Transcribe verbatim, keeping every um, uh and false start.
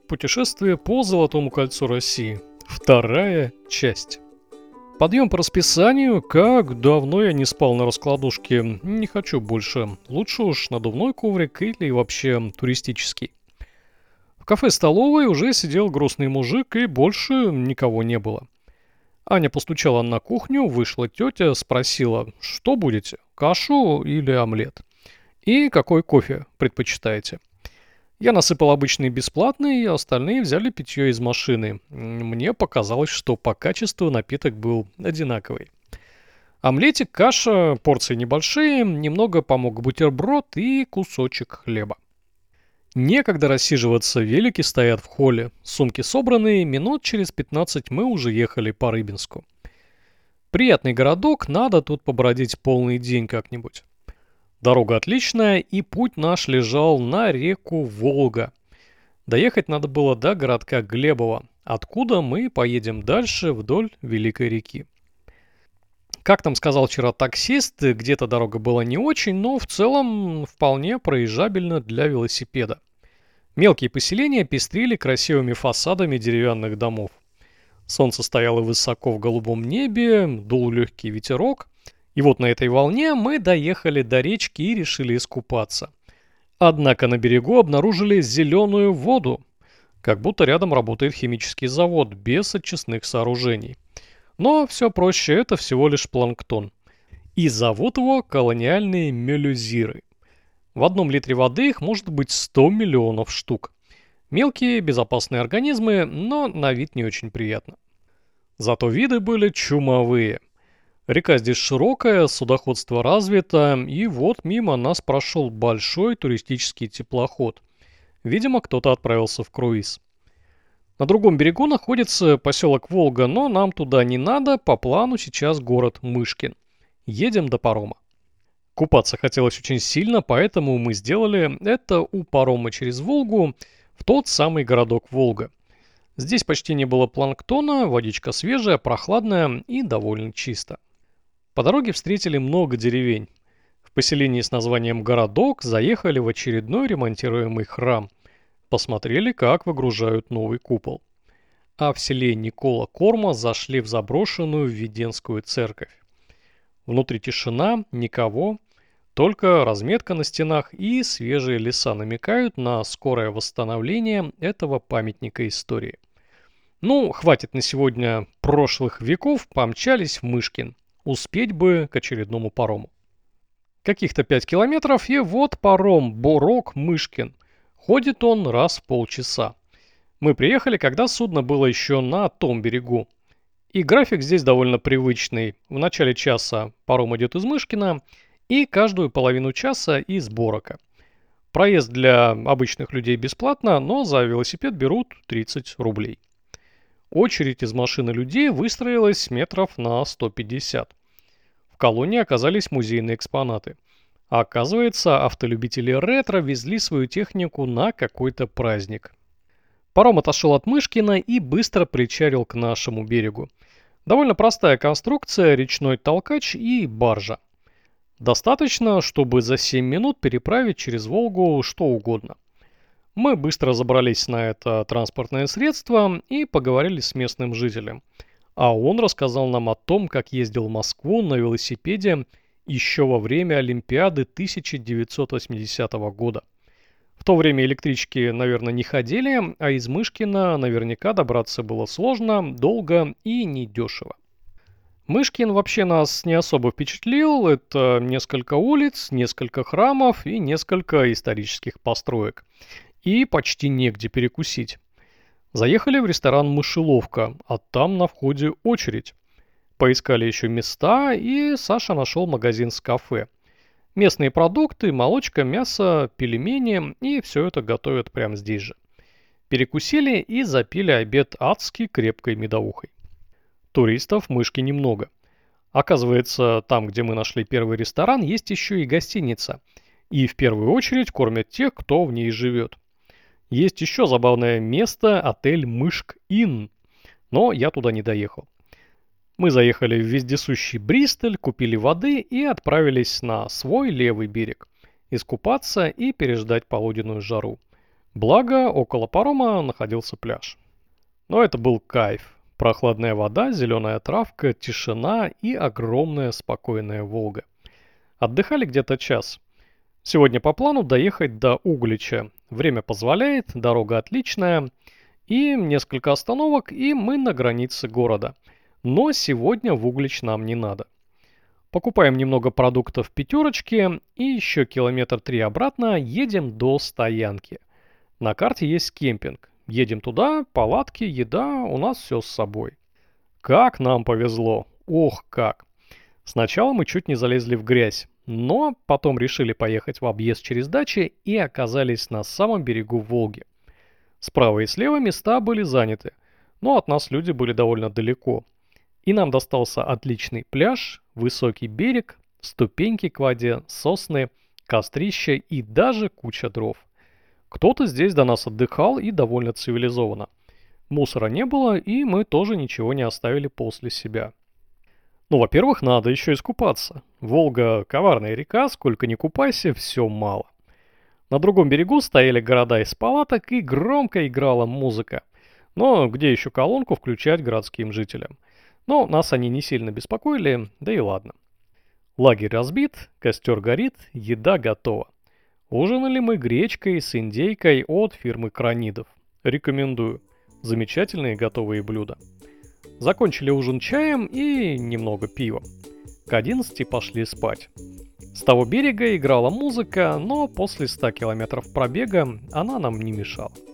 Путешествие по Золотому кольцу России. Вторая часть. Подъем по расписанию. Как давно я не спал на раскладушке. Не хочу больше. Лучше уж надувной коврик или вообще туристический. В кафе-столовой уже сидел грустный мужик, и больше никого не было. Аня постучала на кухню, вышла тетя, спросила, что будете, кашу или омлет? И какой кофе предпочитаете? Я насыпал обычный бесплатный, и остальные взяли питье из машины. Мне показалось, что по качеству напиток был одинаковый. Омлетик, каша, порции небольшие, немного помог бутерброд и кусочек хлеба. Некогда рассиживаться, велики стоят в холле. Сумки собраны, минут через пятнадцать мы уже ехали по Рыбинску. Приятный городок, надо тут побродить полный день как-нибудь. Дорога отличная, и путь наш лежал на реку Волга. Доехать надо было до городка Глебово, откуда мы поедем дальше вдоль Великой реки. Как там сказал вчера таксист, где-то дорога была не очень, но в целом вполне проезжабельна для велосипеда. Мелкие поселения пестрили красивыми фасадами деревянных домов. Солнце стояло высоко в голубом небе, дул легкий ветерок. И вот на этой волне мы доехали до речки и решили искупаться. Однако на берегу обнаружили зеленую воду, как будто рядом работает химический завод без очистных сооружений. Но все проще, это всего лишь планктон. И зовут его колониальные мелюзиры. В одном литре воды их может быть сто миллионов штук. Мелкие, безопасные организмы, но на вид не очень приятно. Зато виды были чумовые. Река здесь широкая, судоходство развито, и вот мимо нас прошел большой туристический теплоход. Видимо, кто-то отправился в круиз. На другом берегу находится поселок Волга, но нам туда не надо, по плану сейчас город Мышкин. Едем до парома. Купаться хотелось очень сильно, поэтому мы сделали это у парома через Волгу в тот самый городок Волга. Здесь почти не было планктона, водичка свежая, прохладная и довольно чисто. По дороге встретили много деревень. В поселении с названием «Городок» заехали в очередной ремонтируемый храм. Посмотрели, как выгружают новый купол. А в селе Никола Корма зашли в заброшенную Введенскую церковь. Внутри тишина, никого, только разметка на стенах и свежие леса намекают на скорое восстановление этого памятника истории. Ну, хватит на сегодня прошлых веков, помчались в Мышкин. Успеть бы к очередному парому. Каких-то пять километров, и вот паром Борок-Мышкин. Ходит он раз в полчаса. Мы приехали, когда судно было еще на том берегу. И график здесь довольно привычный. В начале часа паром идет из Мышкина, и каждую половину часа из Борока. Проезд для обычных людей бесплатно, но за велосипед берут тридцать рублей. Очередь из машин и людей выстроилась метров на сто пятьдесят. В колонне оказались музейные экспонаты. А оказывается, автолюбители ретро везли свою технику на какой-то праздник. Паром отошел от Мышкина и быстро причалил к нашему берегу. Довольно простая конструкция, речной толкач и баржа. Достаточно, чтобы за семь минут переправить через Волгу что угодно. Мы быстро забрались на это транспортное средство и поговорили с местным жителем. А он рассказал нам о том, как ездил в Москву на велосипеде еще во время Олимпиады тысяча девятьсот восьмидесятого года. В то время электрички, наверное, не ходили, а из Мышкина наверняка добраться было сложно, долго и недешево. Мышкин вообще нас не особо впечатлил. Это несколько улиц, несколько храмов и несколько исторических построек. И почти негде перекусить. Заехали в ресторан «Мышеловка», а там на входе очередь. Поискали еще места, и Саша нашел магазин с кафе. Местные продукты, молочка, мясо, пельмени, и все это готовят прямо здесь же. Перекусили и запили обед адски крепкой медовухой. Туристов в Мышке немного. Оказывается, там, где мы нашли первый ресторан, есть еще и гостиница. И в первую очередь кормят тех, кто в ней живет. Есть еще забавное место, отель Мышк-Инн, но я туда не доехал. Мы заехали в вездесущий Бристоль, купили воды и отправились на свой левый берег. Искупаться и переждать полуденную жару. Благо, около парома находился пляж. Но это был кайф. Прохладная вода, зеленая травка, тишина и огромная спокойная Волга. Отдыхали где-то час. Сегодня по плану доехать до Углича. Время позволяет, дорога отличная. И несколько остановок, и мы на границе города. Но сегодня в Углич нам не надо. Покупаем немного продуктов в пятерочке и еще километр три обратно едем до стоянки. На карте есть кемпинг. Едем туда, палатки, еда, у нас все с собой. Как нам повезло. Ох, как. Сначала мы чуть не залезли в грязь, но потом решили поехать в объезд через дачи и оказались на самом берегу Волги. Справа и слева места были заняты, но от нас люди были довольно далеко. И нам достался отличный пляж, высокий берег, ступеньки к воде, сосны, кострище и даже куча дров. Кто-то здесь до нас отдыхал и довольно цивилизованно. Мусора не было, и мы тоже ничего не оставили после себя. Ну, во-первых, надо еще искупаться. Волга — коварная река, сколько ни купайся, все мало. На другом берегу стояли города из палаток и громко играла музыка. Но где еще колонку включать городским жителям? Но нас они не сильно беспокоили, да и ладно. Лагерь разбит, костер горит, еда готова. Ужинали мы гречкой с индейкой от фирмы Кранидов. Рекомендую. Замечательные готовые блюда. Закончили ужин чаем и немного пивом. К одиннадцати пошли спать. С того берега играла музыка, но после ста километров пробега она нам не мешала.